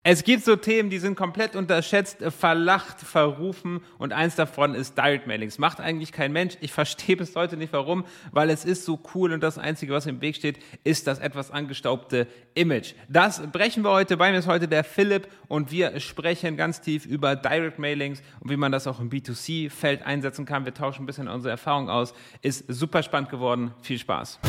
Es gibt so Themen, die sind komplett unterschätzt, verlacht, verrufen und eins davon ist Direct Mailings. Macht eigentlich kein Mensch. Ich verstehe bis heute nicht warum, weil es ist so cool und das Einzige, was im Weg steht, ist das etwas angestaubte Image. Das brechen wir heute. Bei mir ist heute der Philipp und wir sprechen ganz tief über Direct Mailings und wie man das auch im B2C-Feld einsetzen kann. Wir tauschen ein bisschen unsere Erfahrung aus. Ist super spannend geworden. Viel Spaß.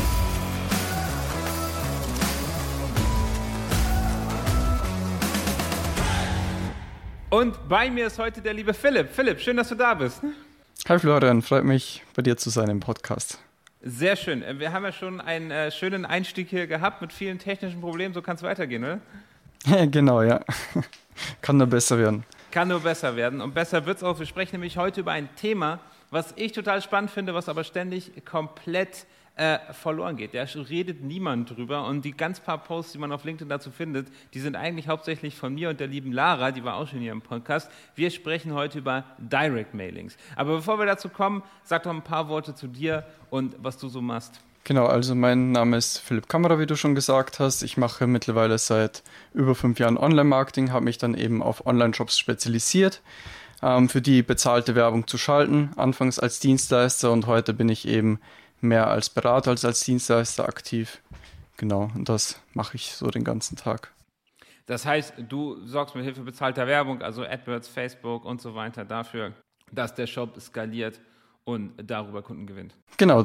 Und bei mir ist heute der liebe Philipp. Philipp, schön, dass du da bist. Hi Florian, freut mich, bei dir zu sein im Podcast. Sehr schön. Wir haben ja schon einen schönen Einstieg hier gehabt mit vielen technischen Problemen. So kann es weitergehen, oder? Genau, ja. Kann nur besser werden. Kann nur besser werden und besser wird es auch. Wir sprechen nämlich heute über ein Thema, was ich total spannend finde, was aber ständig komplett verloren geht. Da redet niemand drüber und die ganz paar Posts, die man auf LinkedIn dazu findet, die sind eigentlich hauptsächlich von mir und der lieben Lara, die war auch schon hier im Podcast. Wir sprechen heute über Direct Mailings. Aber bevor wir dazu kommen, sag doch ein paar Worte zu dir und was du so machst. Genau, also mein Name ist Philipp Kammerer, wie du schon gesagt hast. Ich mache mittlerweile seit über 5 Jahren Online-Marketing, habe mich dann eben auf Online-Shops spezialisiert, für die bezahlte Werbung zu schalten, anfangs als Dienstleister und heute bin ich eben mehr als Berater als Dienstleister aktiv. Genau, und das mache ich so den ganzen Tag. Das heißt, du sorgst mit Hilfe bezahlter Werbung, also AdWords, Facebook und so weiter, dafür, dass der Shop skaliert und darüber Kunden gewinnt. Genau.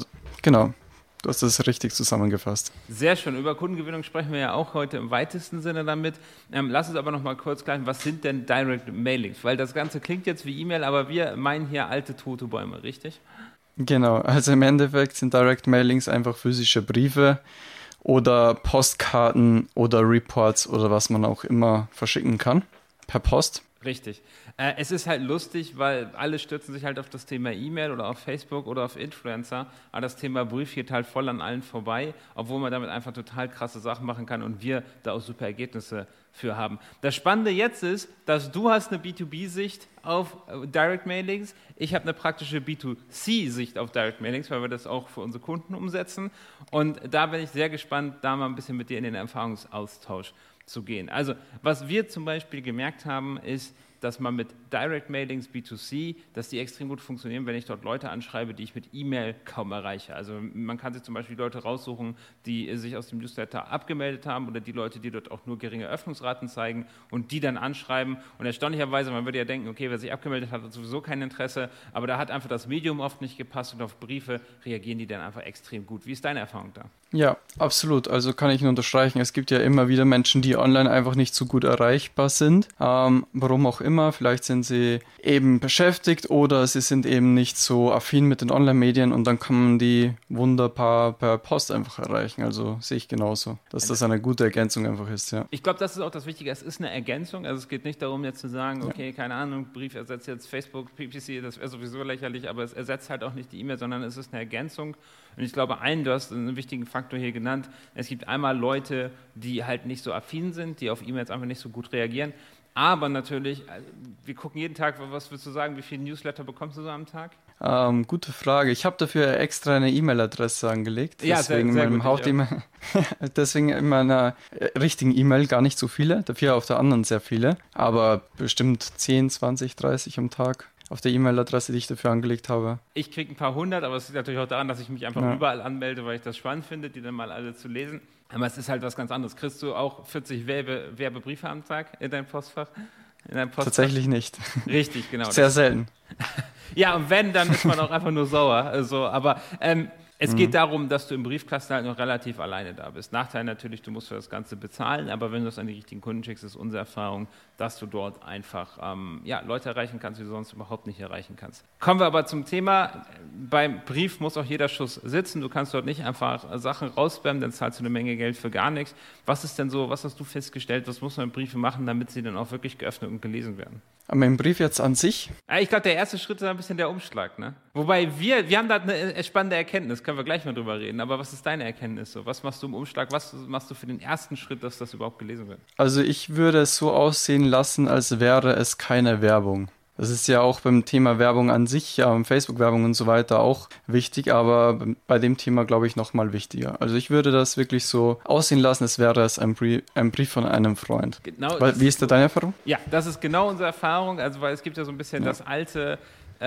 Du hast das richtig zusammengefasst. Sehr schön. Über Kundengewinnung sprechen wir ja auch heute im weitesten Sinne damit. Lass uns aber noch mal kurz klären, was sind denn Direct Mailings? Weil das Ganze klingt jetzt wie E-Mail, aber wir meinen hier alte, tote Bäume, richtig? Genau, also im Endeffekt sind Direct Mailings einfach physische Briefe oder Postkarten oder Reports oder was man auch immer verschicken kann per Post. Richtig. Es ist halt lustig, weil alle stürzen sich halt auf das Thema E-Mail oder auf Facebook oder auf Influencer, aber das Thema Brief geht halt voll an allen vorbei, obwohl man damit einfach total krasse Sachen machen kann und wir da auch super Ergebnisse für haben. Das Spannende jetzt ist, dass du hast eine B2B-Sicht auf Direct Mailings, ich habe eine praktische B2C-Sicht auf Direct Mailings, weil wir das auch für unsere Kunden umsetzen und da bin ich sehr gespannt, da mal ein bisschen mit dir in den Erfahrungsaustausch zu gehen. Also, was wir zum Beispiel gemerkt haben, ist, dass man mit Direct Mailings B2C, dass die extrem gut funktionieren, wenn ich dort Leute anschreibe, die ich mit E-Mail kaum erreiche. Also man kann sich zum Beispiel Leute raussuchen, die sich aus dem Newsletter abgemeldet haben oder die Leute, die dort auch nur geringe Öffnungsraten zeigen und die dann anschreiben. Und erstaunlicherweise, man würde ja denken, okay, wer sich abgemeldet hat, hat sowieso kein Interesse, aber da hat einfach das Medium oft nicht gepasst und auf Briefe reagieren die dann einfach extrem gut. Wie ist deine Erfahrung da? Ja, absolut. Also kann ich nur unterstreichen. Es gibt ja immer wieder Menschen, die online einfach nicht so gut erreichbar sind. Warum auch immer. Vielleicht sind sie eben beschäftigt oder sie sind eben nicht so affin mit den Online-Medien und dann kann man die wunderbar per Post einfach erreichen. Also sehe ich genauso, dass das eine gute Ergänzung einfach ist. Ja. Ich glaube, das ist auch das Wichtige. Es ist eine Ergänzung. Also es geht nicht darum, jetzt zu sagen, okay, keine Ahnung, Brief ersetzt jetzt Facebook, PPC, das wäre sowieso lächerlich, aber es ersetzt halt auch nicht die E-Mail, sondern es ist eine Ergänzung. Und ich glaube, du hast einen wichtigen Faktor hier genannt. Es gibt einmal Leute, die halt nicht so affin sind, die auf E-Mails einfach nicht so gut reagieren. Aber natürlich, wir gucken jeden Tag, was würdest du sagen, wie viele Newsletter bekommst du so am Tag? Gute Frage. Ich habe dafür extra eine E-Mail-Adresse angelegt. Ja, deswegen sehr in meinem deswegen in meiner richtigen E-Mail gar nicht so viele, dafür auf der anderen sehr viele, aber bestimmt 10, 20, 30 am Tag. Auf der E-Mail-Adresse, die ich dafür angelegt habe. Ich kriege ein paar hundert, aber es liegt natürlich auch daran, dass ich mich einfach überall anmelde, weil ich das spannend finde, die dann mal alle zu lesen. Aber es ist halt was ganz anderes. Kriegst du auch 40 Werbebriefe am Tag in deinem Postfach? Tatsächlich nicht. Richtig, genau. Sehr selten. Ja, und wenn, dann ist man auch einfach nur sauer. Also, aber es geht darum, dass du im Briefkasten halt noch relativ alleine da bist. Nachteil natürlich, du musst für das Ganze bezahlen, aber wenn du es an die richtigen Kunden schickst, ist unsere Erfahrung, dass du dort einfach Leute erreichen kannst, die du sonst überhaupt nicht erreichen kannst. Kommen wir aber zum Thema, beim Brief muss auch jeder Schuss sitzen. Du kannst dort nicht einfach Sachen rausspammen, dann zahlst du eine Menge Geld für gar nichts. Was ist denn so, was hast du festgestellt, was muss man mit Briefen machen, damit sie dann auch wirklich geöffnet und gelesen werden? Aber im Brief jetzt an sich? Ich glaube, der erste Schritt ist ein bisschen der Umschlag, ne? Wobei wir haben da eine spannende Erkenntnis, können wir gleich mal drüber reden, aber was ist deine Erkenntnis so? Was machst du im Umschlag, was machst du für den ersten Schritt, dass das überhaupt gelesen wird? Also ich würde es so aussehen lassen, als wäre es keine Werbung. Das ist ja auch beim Thema Werbung an sich, Facebook-Werbung und so weiter auch wichtig, aber bei dem Thema glaube ich nochmal wichtiger. Also ich würde das wirklich so aussehen lassen, als wäre es ein Brief von einem Freund. Genau, Wie ist da deine Erfahrung? Ja, das ist genau unsere Erfahrung, also weil es gibt ja so ein bisschen das alte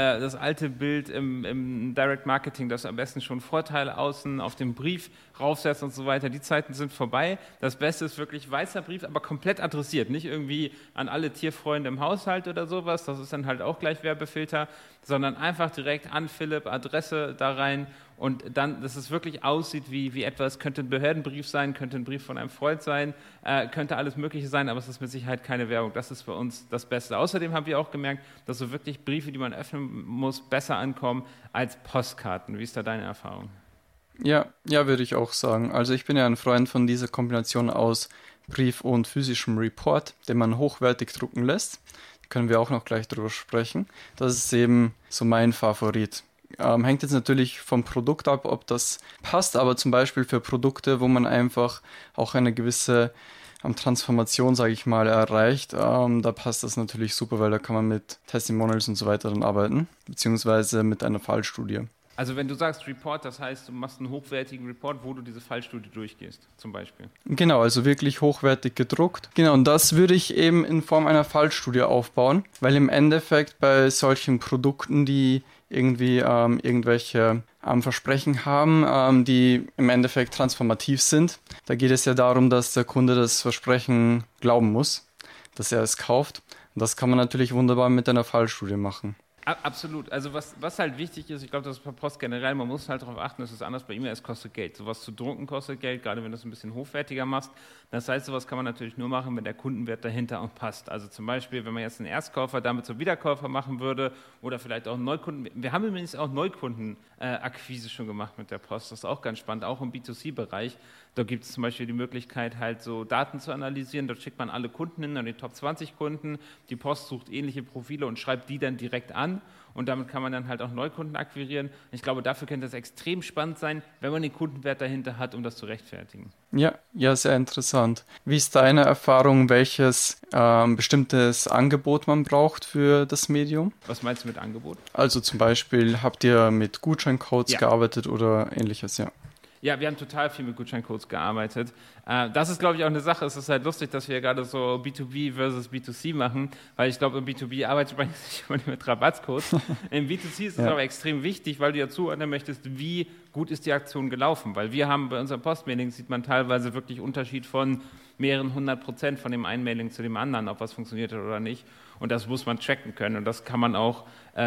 Bild im Direct Marketing, dass du am besten schon Vorteile außen auf dem Brief raufsetzt und so weiter. Die Zeiten sind vorbei. Das Beste ist wirklich weißer Brief, aber komplett adressiert. Nicht irgendwie an alle Tierfreunde im Haushalt oder sowas. Das ist dann halt auch gleich Werbefilter, sondern einfach direkt an Philipp, Adresse da rein und dann, dass es wirklich aussieht wie etwas, könnte ein Behördenbrief sein, könnte ein Brief von einem Freund sein, könnte alles Mögliche sein, aber es ist mit Sicherheit keine Werbung. Das ist für uns das Beste. Außerdem haben wir auch gemerkt, dass so wirklich Briefe, die man öffnen muss, besser ankommen als Postkarten. Wie ist da deine Erfahrung? Ja, würde ich auch sagen. Also ich bin ja ein Freund von dieser Kombination aus Brief und physischem Report, den man hochwertig drucken lässt. Da können wir auch noch gleich drüber sprechen. Das ist eben so mein Favorit. Hängt jetzt natürlich vom Produkt ab, ob das passt, aber zum Beispiel für Produkte, wo man einfach auch eine gewisse Transformation, sage ich mal, erreicht, da passt das natürlich super, weil da kann man mit Testimonials und so weiter dann arbeiten, beziehungsweise mit einer Fallstudie. Also wenn du sagst Report, das heißt, du machst einen hochwertigen Report, wo du diese Fallstudie durchgehst, zum Beispiel. Genau, also wirklich hochwertig gedruckt. Genau, und das würde ich eben in Form einer Fallstudie aufbauen, weil im Endeffekt bei solchen Produkten, die irgendwie irgendwelche Versprechen haben, die im Endeffekt transformativ sind, da geht es ja darum, dass der Kunde das Versprechen glauben muss, dass er es kauft. Und das kann man natürlich wunderbar mit einer Fallstudie machen. Absolut. Also was halt wichtig ist, ich glaube, das ist bei Post generell, man muss halt darauf achten, dass es anders bei E-Mail, es kostet Geld. Sowas zu drucken kostet Geld, gerade wenn du es ein bisschen hochwertiger machst. Das heißt, sowas kann man natürlich nur machen, wenn der Kundenwert dahinter auch passt. Also zum Beispiel, wenn man jetzt einen Erstkäufer damit zum Wiederkäufer machen würde oder vielleicht auch einen Neukunden. Wir haben übrigens auch Neukundenakquise schon gemacht mit der Post. Das ist auch ganz spannend, auch im B2C-Bereich. Da gibt es zum Beispiel die Möglichkeit, halt so Daten zu analysieren. Dort schickt man alle Kunden hin, an die Top 20 Kunden. Die Post sucht ähnliche Profile und schreibt die dann direkt an. Und damit kann man dann halt auch Neukunden akquirieren. Ich glaube, dafür könnte es extrem spannend sein, wenn man den Kundenwert dahinter hat, um das zu rechtfertigen. Ja, sehr interessant. Wie ist deine Erfahrung, welches bestimmtes Angebot man braucht für das Medium? Was meinst du mit Angebot? Also zum Beispiel, habt ihr mit Gutscheincodes gearbeitet oder ähnliches, ja? Ja, wir haben total viel mit Gutscheincodes gearbeitet. Das ist, glaube ich, auch eine Sache. Es ist halt lustig, dass wir gerade so B2B versus B2C machen, weil ich glaube, im B2B arbeitet man nicht immer mit Rabattcodes. Im B2C ist es aber extrem wichtig, weil du ja zuordnen möchtest, wie gut ist die Aktion gelaufen. Weil wir haben bei unserem Postmailing, sieht man teilweise wirklich Unterschied von mehreren 100% von dem einen Mailing zu dem anderen, ob was funktioniert hat oder nicht. Und das muss man tracken können. Und das kann man auch,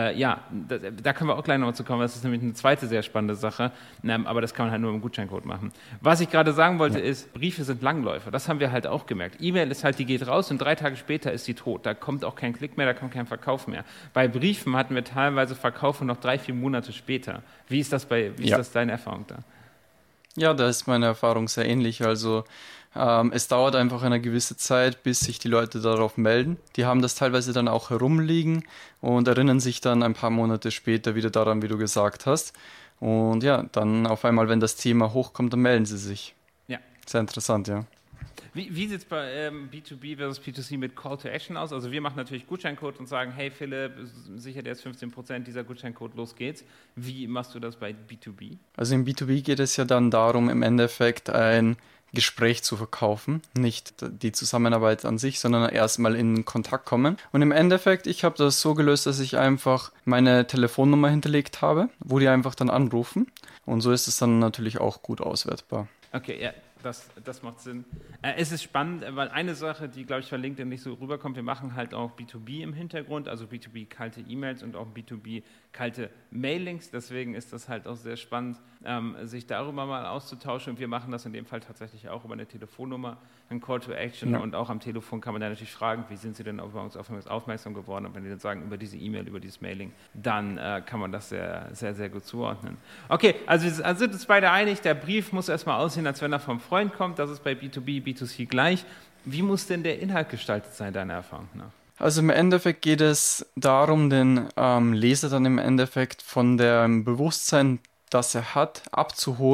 da können wir auch gleich nochmal zu kommen. Das ist nämlich eine zweite sehr spannende Sache. Aber das kann man halt nur mit dem Gutscheincode machen. Was ich gerade sagen wollte ist, Briefe sind Langläufer. Das haben wir halt auch gemerkt. E-Mail ist halt, die geht raus und 3 Tage später ist sie tot. Da kommt auch kein Klick mehr, da kommt kein Verkauf mehr. Bei Briefen hatten wir teilweise Verkaufe noch 3-4 Monate später. Wie ist das deine Erfahrung da? Ja, da ist meine Erfahrung sehr ähnlich. Also es dauert einfach eine gewisse Zeit, bis sich die Leute darauf melden. Die haben das teilweise dann auch herumliegen und erinnern sich dann ein paar Monate später wieder daran, wie du gesagt hast. Und ja, dann auf einmal, wenn das Thema hochkommt, dann melden sie sich. Ja. Sehr interessant, ja. Wie sieht es bei B2B versus B2C mit Call to Action aus? Also wir machen natürlich Gutscheincode und sagen, hey Philipp, sicher der ist 15%, dieser Gutscheincode, los geht's. Wie machst du das bei B2B? Also im B2B geht es ja dann darum, im Endeffekt ein Gespräch zu verkaufen, nicht die Zusammenarbeit an sich, sondern erstmal in Kontakt kommen. Und im Endeffekt, ich habe das so gelöst, dass ich einfach meine Telefonnummer hinterlegt habe, wo die einfach dann anrufen. Und so ist es dann natürlich auch gut auswertbar. Okay, ja. Das macht Sinn. Es ist spannend, weil eine Sache, die, glaube ich, bei LinkedIn nicht so rüberkommt, wir machen halt auch B2B im Hintergrund, also B2B kalte E-Mails und auch B2B kalte Mailings. Deswegen ist das halt auch sehr spannend, sich darüber mal auszutauschen. Und wir machen das in dem Fall tatsächlich auch über eine Telefonnummer, ein Call to Action. Ja. Und auch am Telefon kann man dann natürlich fragen, wie sind Sie denn auf uns aufmerksam geworden? Und wenn die dann sagen, über diese E-Mail, über dieses Mailing, dann kann man das sehr, sehr, sehr gut zuordnen. Okay, also wir sind uns beide einig, der Brief muss erstmal aussehen, als wenn er vom Freund kommt. Das ist bei B2B, B2C gleich. Wie muss denn der Inhalt gestaltet sein, deiner Erfahrung nach? Also im Endeffekt geht es darum, den Leser dann im Endeffekt von dem Bewusstsein, das er hat, abzuholen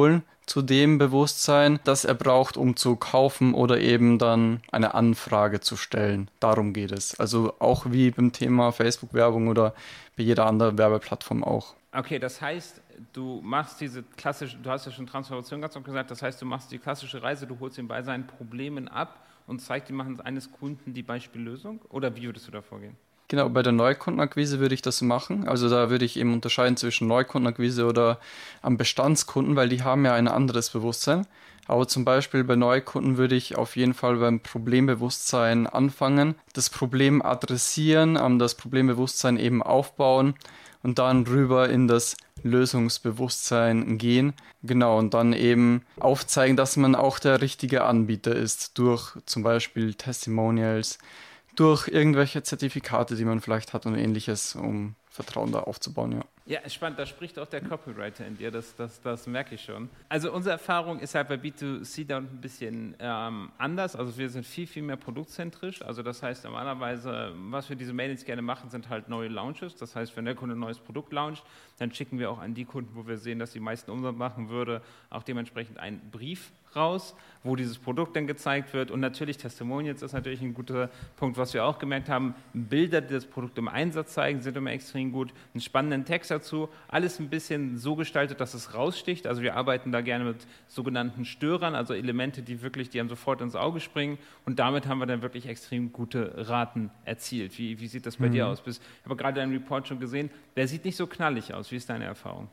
zu dem Bewusstsein, das er braucht, um zu kaufen oder eben dann eine Anfrage zu stellen. Darum geht es. Also auch wie beim Thema Facebook-Werbung oder bei jeder anderen Werbeplattform auch. Okay, das heißt, du machst diese klassische, du hast ja schon Transformation ganz oft gesagt, das heißt, du machst die klassische Reise, du holst ihn bei seinen Problemen ab und zeigst ihm anhand eines Kunden die Beispiellösung? Oder wie würdest du da vorgehen? Genau, bei der Neukundenakquise würde ich das so machen. Also da würde ich eben unterscheiden zwischen Neukundenakquise oder am Bestandskunden, weil die haben ja ein anderes Bewusstsein. Aber zum Beispiel bei Neukunden würde ich auf jeden Fall beim Problembewusstsein anfangen, das Problem adressieren, das Problembewusstsein eben aufbauen und dann rüber in das Lösungsbewusstsein gehen. Genau, und dann eben aufzeigen, dass man auch der richtige Anbieter ist durch zum Beispiel Testimonials, durch irgendwelche Zertifikate, die man vielleicht hat und ähnliches, um Vertrauen da aufzubauen, ja. Ja, spannend, da spricht auch der Copywriter in dir, das merke ich schon. Also unsere Erfahrung ist halt bei B2C da ein bisschen anders, also wir sind viel, viel mehr produktzentrisch, also das heißt normalerweise, was wir diese Mailings gerne machen, sind halt neue Launches, das heißt, wenn der Kunde ein neues Produkt launcht, dann schicken wir auch an die Kunden, wo wir sehen, dass die meisten Umsatz machen würde, auch dementsprechend einen Brief raus, wo dieses Produkt dann gezeigt wird und natürlich Testimonials ist natürlich ein guter Punkt, was wir auch gemerkt haben, Bilder, die das Produkt im Einsatz zeigen, sind immer extrem gut, einen spannenden Text dazu, alles ein bisschen so gestaltet, dass es raussticht, also wir arbeiten da gerne mit sogenannten Störern, also Elemente, die einem sofort ins Auge springen und damit haben wir dann wirklich extrem gute Raten erzielt. Wie sieht das bei dir aus? Ich habe gerade deinen Report schon gesehen, der sieht nicht so knallig aus, wie ist deine Erfahrung?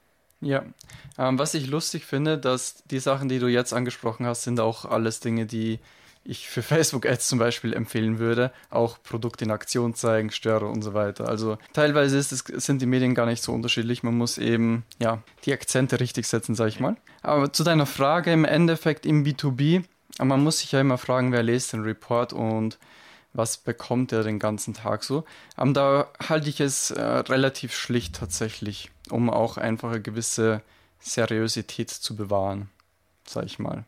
Ja, was ich lustig finde, dass die Sachen, die du jetzt angesprochen hast, sind auch alles Dinge, die ich für Facebook-Ads zum Beispiel empfehlen würde. Auch Produkte in Aktion zeigen, Störer und so weiter. Also teilweise sind die Medien gar nicht so unterschiedlich. Man muss eben die Akzente richtig setzen, sag ich mal. Aber zu deiner Frage im Endeffekt im B2B, man muss sich ja immer fragen, wer liest den Report und was bekommt er den ganzen Tag so. Da halte ich es relativ schlicht tatsächlich, um auch einfach eine gewisse Seriosität zu bewahren, sag ich mal.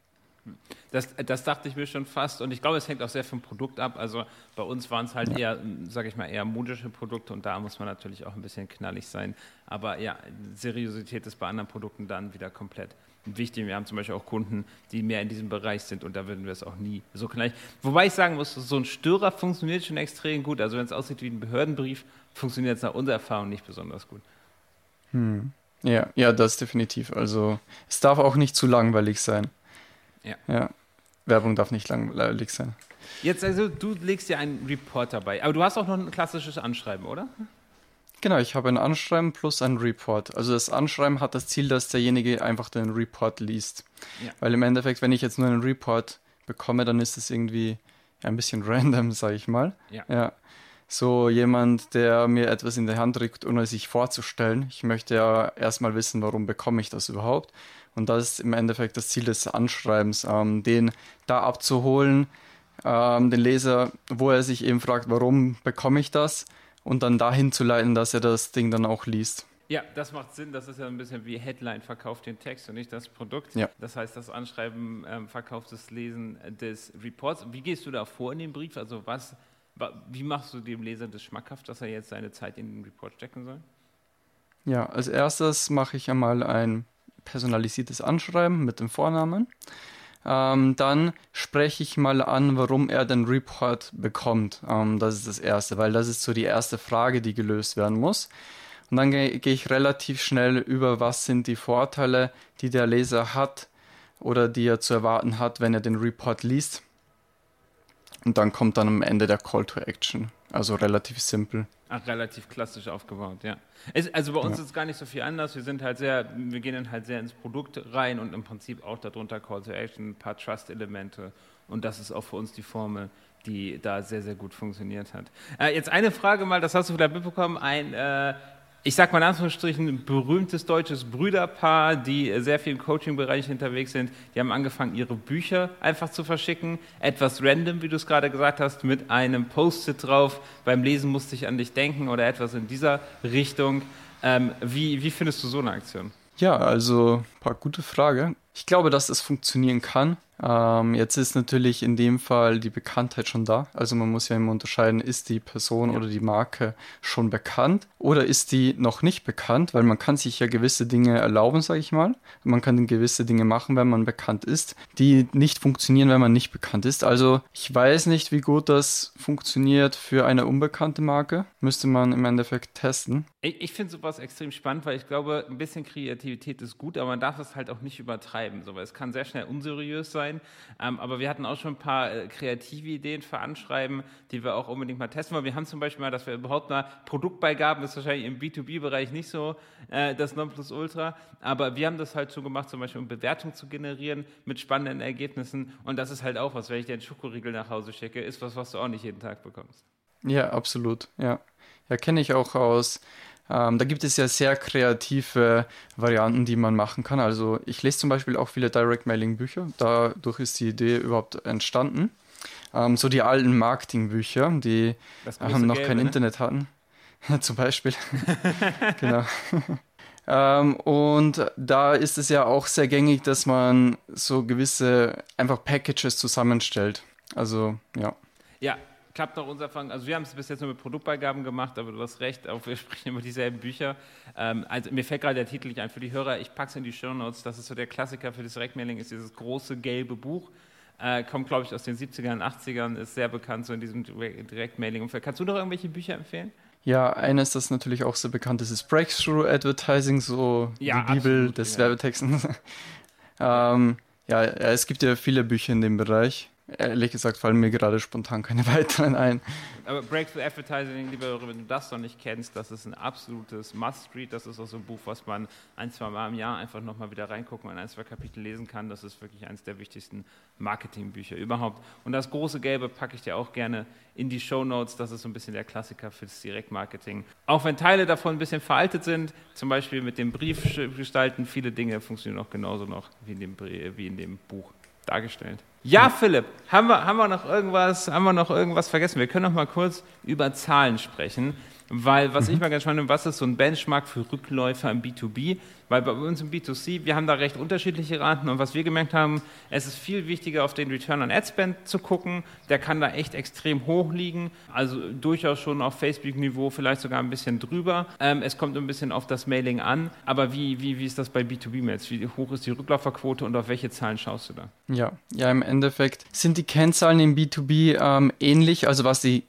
Das dachte ich mir schon fast und ich glaube, es hängt auch sehr vom Produkt ab. Also bei uns waren es halt eher, sage ich mal, eher modische Produkte und da muss man natürlich auch ein bisschen knallig sein. Aber ja, Seriosität ist bei anderen Produkten dann wieder komplett wichtig. Wir haben zum Beispiel auch Kunden, die mehr in diesem Bereich sind und da würden wir es auch nie so knallig. Wobei ich sagen muss, so ein Störer funktioniert schon extrem gut. Also wenn es aussieht wie ein Behördenbrief, funktioniert es nach unserer Erfahrung nicht besonders gut. Ja, das definitiv. Also es darf auch nicht zu langweilig sein. Ja. Werbung darf nicht langweilig sein. Jetzt also, du legst ja einen Report dabei, aber du hast auch noch ein klassisches Anschreiben, oder? Genau, ich habe ein Anschreiben plus ein Report. Also das Anschreiben hat das Ziel, dass derjenige einfach den Report liest. Ja. Weil im Endeffekt, wenn ich jetzt nur einen Report bekomme, dann ist es irgendwie ein bisschen random, sage ich mal. Ja. So jemand, der mir etwas in die Hand drückt, ohne sich vorzustellen. Ich möchte ja erstmal wissen, warum bekomme ich das überhaupt. Und das ist im Endeffekt das Ziel des Anschreibens, den da abzuholen, den Leser, wo er sich eben fragt, warum bekomme ich das? Und dann dahin zu leiten, dass er das Ding dann auch liest. Ja, das macht Sinn. Das ist ja ein bisschen wie Headline verkauft den Text und nicht das Produkt. Ja. Das heißt, das Anschreiben verkauft das Lesen des Reports. Wie gehst du da vor in dem Brief? Also wie machst du dem Leser das schmackhaft, dass er jetzt seine Zeit in den Report stecken soll? Ja, als erstes mache ich einmal ein personalisiertes Anschreiben mit dem Vornamen. Dann spreche ich mal an, warum er den Report bekommt. Das ist das Erste, weil das ist so die erste Frage, die gelöst werden muss. Und dann gehe ich relativ schnell über, was sind die Vorteile, die der Leser hat oder die er zu erwarten hat, wenn er den Report liest. Und dann kommt dann am Ende der Call to Action. Also relativ simpel. Ach, relativ klassisch aufgebaut, ja. Also bei uns ist es gar nicht so viel anders. Wir gehen dann halt sehr ins Produkt rein und im Prinzip auch darunter Call to Action, ein paar Trust-Elemente. Und das ist auch für uns die Formel, die da sehr, sehr gut funktioniert hat. Jetzt eine Frage mal, das hast du vielleicht mitbekommen, ich sag mal in Anführungsstrichen, berühmtes deutsches Brüderpaar, die sehr viel im Coaching-Bereich unterwegs sind. Die haben angefangen, ihre Bücher einfach zu verschicken. Etwas random, wie du es gerade gesagt hast, mit einem Post-it drauf. Beim Lesen musste ich an dich denken oder etwas in dieser Richtung. Wie findest du so eine Aktion? Ja, also ein paar gute Frage. Ich glaube, dass das funktionieren kann. Jetzt ist natürlich in dem Fall die Bekanntheit schon da. Also man muss ja immer unterscheiden, ist die Person oder die Marke schon bekannt oder ist die noch nicht bekannt, weil man kann sich ja gewisse Dinge erlauben, sage ich mal. Man kann gewisse Dinge machen, wenn man bekannt ist, die nicht funktionieren, wenn man nicht bekannt ist. Also ich weiß nicht, wie gut das funktioniert für eine unbekannte Marke. Müsste man im Endeffekt testen. Ich finde sowas extrem spannend, weil ich glaube, ein bisschen Kreativität ist gut, aber man darf es halt auch nicht übertreiben. So, weil es kann sehr schnell unseriös sein. Aber wir hatten auch schon ein paar kreative Ideen für Anschreiben, die wir auch unbedingt mal testen wollen. Wir haben zum Beispiel mal, dass wir überhaupt mal Produktbeigaben, ist wahrscheinlich im B2B-Bereich nicht so das Nonplusultra, aber wir haben das halt so gemacht, zum Beispiel um Bewertungen zu generieren mit spannenden Ergebnissen. Und das ist halt auch was, wenn ich dir einen Schokoriegel nach Hause schicke, ist was du auch nicht jeden Tag bekommst. Ja, absolut. Ja, kenne ich auch aus. Da gibt es ja sehr kreative Varianten, die man machen kann. Also ich lese zum Beispiel auch viele Direct-Mailing-Bücher. Dadurch ist die Idee überhaupt entstanden. So die alten Marketing-Bücher, die noch Gelbe, kein ne? Internet hatten. Zum Beispiel. Genau. Und da ist es ja auch sehr gängig, dass man so gewisse einfach Packages zusammenstellt. Also, ja. Ja, klappt noch unser Fang. Also wir haben es bis jetzt nur mit Produktbeigaben gemacht, aber du hast recht, auch wir sprechen immer dieselben Bücher. Also mir fällt gerade der Titel nicht ein für die Hörer, ich packe es in die Shownotes, das ist so der Klassiker für das Direktmailing, ist dieses große gelbe Buch. Kommt, glaube ich, aus den 70ern, 80ern, ist sehr bekannt so in diesem Direktmailing-Umfeld. Kannst du noch irgendwelche Bücher empfehlen? Ja, eines, das natürlich auch so bekannt ist, ist Breakthrough Advertising, so Ja, die Bibel absolut, des ja. Werbetextens. Es gibt ja viele Bücher in dem Bereich. Ehrlich gesagt fallen mir gerade spontan keine weiteren ein. Aber Breakthrough Advertising, lieber Hörer, wenn du das noch nicht kennst, das ist ein absolutes Must-Read. Das ist auch so ein Buch, was man ein, zwei Mal im Jahr einfach nochmal wieder reingucken und ein, zwei Kapitel lesen kann. Das ist wirklich eines der wichtigsten Marketingbücher überhaupt. Und das große Gelbe packe ich dir auch gerne in die Shownotes. Das ist so ein bisschen der Klassiker fürs Direktmarketing. Auch wenn Teile davon ein bisschen veraltet sind, zum Beispiel mit dem Brief gestalten, viele Dinge funktionieren auch genauso noch wie in dem Buch dargestellt. Ja, Philipp, haben wir noch irgendwas vergessen? Wir können noch mal kurz über Zahlen sprechen, weil was ich mal ganz spannend finde, was ist so ein Benchmark für Rückläufer im B2B? Weil bei uns im B2C, wir haben da recht unterschiedliche Raten und was wir gemerkt haben, es ist viel wichtiger, auf den Return on Ad Spend zu gucken. Der kann da echt extrem hoch liegen, also durchaus schon auf Facebook-Niveau, vielleicht sogar ein bisschen drüber. Es kommt ein bisschen auf das Mailing an, aber wie ist das bei B2B-Mails? Wie hoch ist die Rückläuferquote und auf welche Zahlen schaust du da? Ja, im Endeffekt sind die Kennzahlen im B2B ähnlich, also was die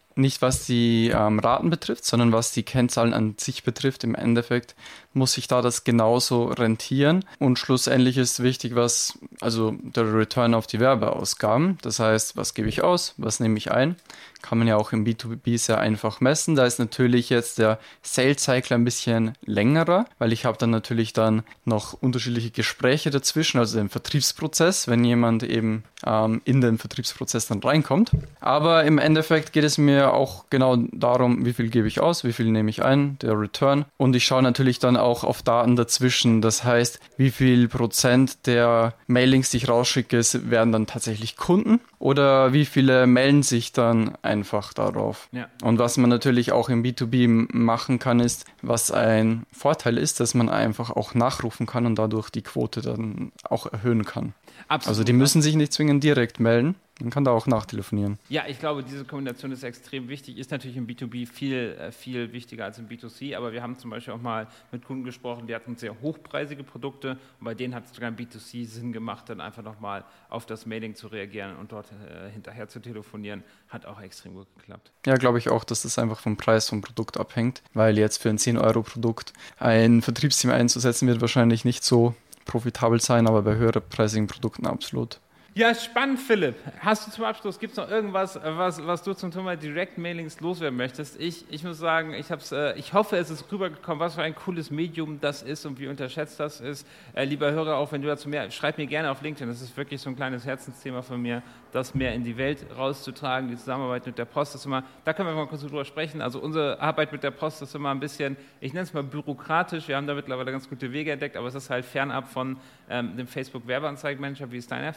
Raten betrifft, sondern was die Kennzahlen an sich betrifft. Im Endeffekt muss sich da das genauso rentieren. Und schlussendlich ist wichtig, also der Return auf die Werbeausgaben. Das heißt, was gebe ich aus, was nehme ich ein? Kann man ja auch im B2B sehr einfach messen. Da ist natürlich jetzt der Sales-Cycle ein bisschen längerer, weil ich habe dann natürlich noch unterschiedliche Gespräche dazwischen, also den Vertriebsprozess, wenn jemand eben in den Vertriebsprozess dann reinkommt. Aber im Endeffekt geht es mir auch genau darum, wie viel gebe ich aus, wie viel nehme ich ein, der Return. Und ich schaue natürlich dann auch auf Daten dazwischen. Das heißt, wie viel Prozent der Mailings, die ich rausschicke, werden dann tatsächlich Kunden oder wie viele melden sich dann einfach darauf. Ja. Und was man natürlich auch im B2B machen kann, ist, was ein Vorteil ist, dass man einfach auch nachrufen kann und dadurch die Quote dann auch erhöhen kann. Absolut. Also die müssen sich nicht zwingend direkt melden. Man kann da auch nachtelefonieren. Ja, ich glaube, diese Kombination ist extrem wichtig, ist natürlich im B2B viel wichtiger als im B2C, aber wir haben zum Beispiel auch mal mit Kunden gesprochen, die hatten sehr hochpreisige Produkte und bei denen hat es sogar im B2C Sinn gemacht, dann einfach nochmal auf das Mailing zu reagieren und dort hinterher zu telefonieren, hat auch extrem gut geklappt. Ja, glaube ich auch, dass das einfach vom Preis vom Produkt abhängt, weil jetzt für ein 10-Euro-Produkt ein Vertriebsteam einzusetzen wird wahrscheinlich nicht so profitabel sein, aber bei höherpreisigen Produkten absolut. Ja, spannend, Philipp. Hast du zum Abschluss, gibt es noch irgendwas, was du zum Thema Direct-Mailings loswerden möchtest? Ich muss sagen, ich hoffe, es ist rübergekommen, was für ein cooles Medium das ist und wie unterschätzt das ist. Lieber Hörer, auch wenn du dazu mehr, schreib mir gerne auf LinkedIn, das ist wirklich so ein kleines Herzensthema von mir, das mehr in die Welt rauszutragen, die Zusammenarbeit mit der Post ist immer, da können wir mal kurz drüber sprechen, also unsere Arbeit mit der Post ist immer ein bisschen, ich nenne es mal bürokratisch, wir haben da mittlerweile ganz gute Wege entdeckt, aber es ist halt fernab von dem Facebook-Werbeanzeigenmanager. Wie ist deine Erfahrung?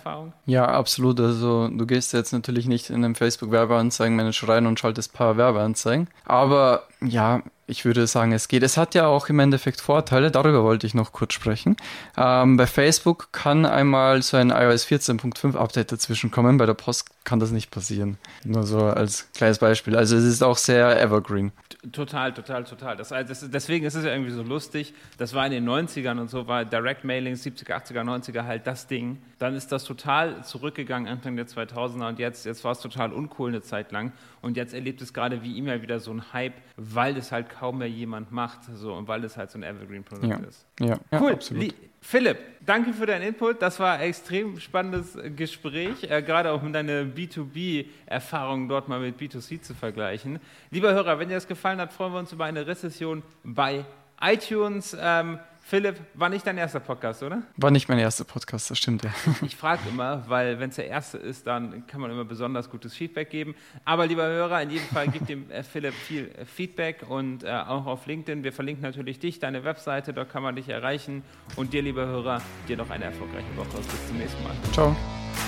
Ja, absolut. Also du gehst jetzt natürlich nicht in den Facebook-Werbeanzeigen-Manager rein und schaltest ein paar Werbeanzeigen. Aber ja, ich würde sagen, es geht. Es hat ja auch im Endeffekt Vorteile, darüber wollte ich noch kurz sprechen. Bei Facebook kann einmal so ein iOS 14.5 Update dazwischen kommen, bei der Post kann das nicht passieren. Nur so als kleines Beispiel. Also es ist auch sehr evergreen. Total. Deswegen ist es ja irgendwie so lustig. Das war in den 90ern und so, war Direct Mailing 70er, 80er, 90er halt das Ding. Dann ist das total zurückgegangen Anfang der 2000er und jetzt war es total uncool eine Zeit lang. Und jetzt erlebt es gerade wie E-Mail wieder so einen Hype, weil es halt kaum mehr jemand macht so, und weil es halt so ein Evergreen-Produkt ist. Ja, cool. Absolut. Philipp, danke für deinen Input. Das war ein extrem spannendes Gespräch, gerade auch um deine B2B-Erfahrungen dort mal mit B2C zu vergleichen. Lieber Hörer, wenn dir das gefallen hat, freuen wir uns über eine Rezension bei iTunes. Philipp, war nicht dein erster Podcast, oder? War nicht mein erster Podcast, das stimmt ja. Ich frage immer, weil wenn es der erste ist, dann kann man immer besonders gutes Feedback geben. Aber lieber Hörer, in jedem Fall gibt dem Philipp viel Feedback und auch auf LinkedIn. Wir verlinken natürlich dich, deine Webseite, dort kann man dich erreichen. Und dir, lieber Hörer, dir noch eine erfolgreiche Woche. Bis zum nächsten Mal. Ciao.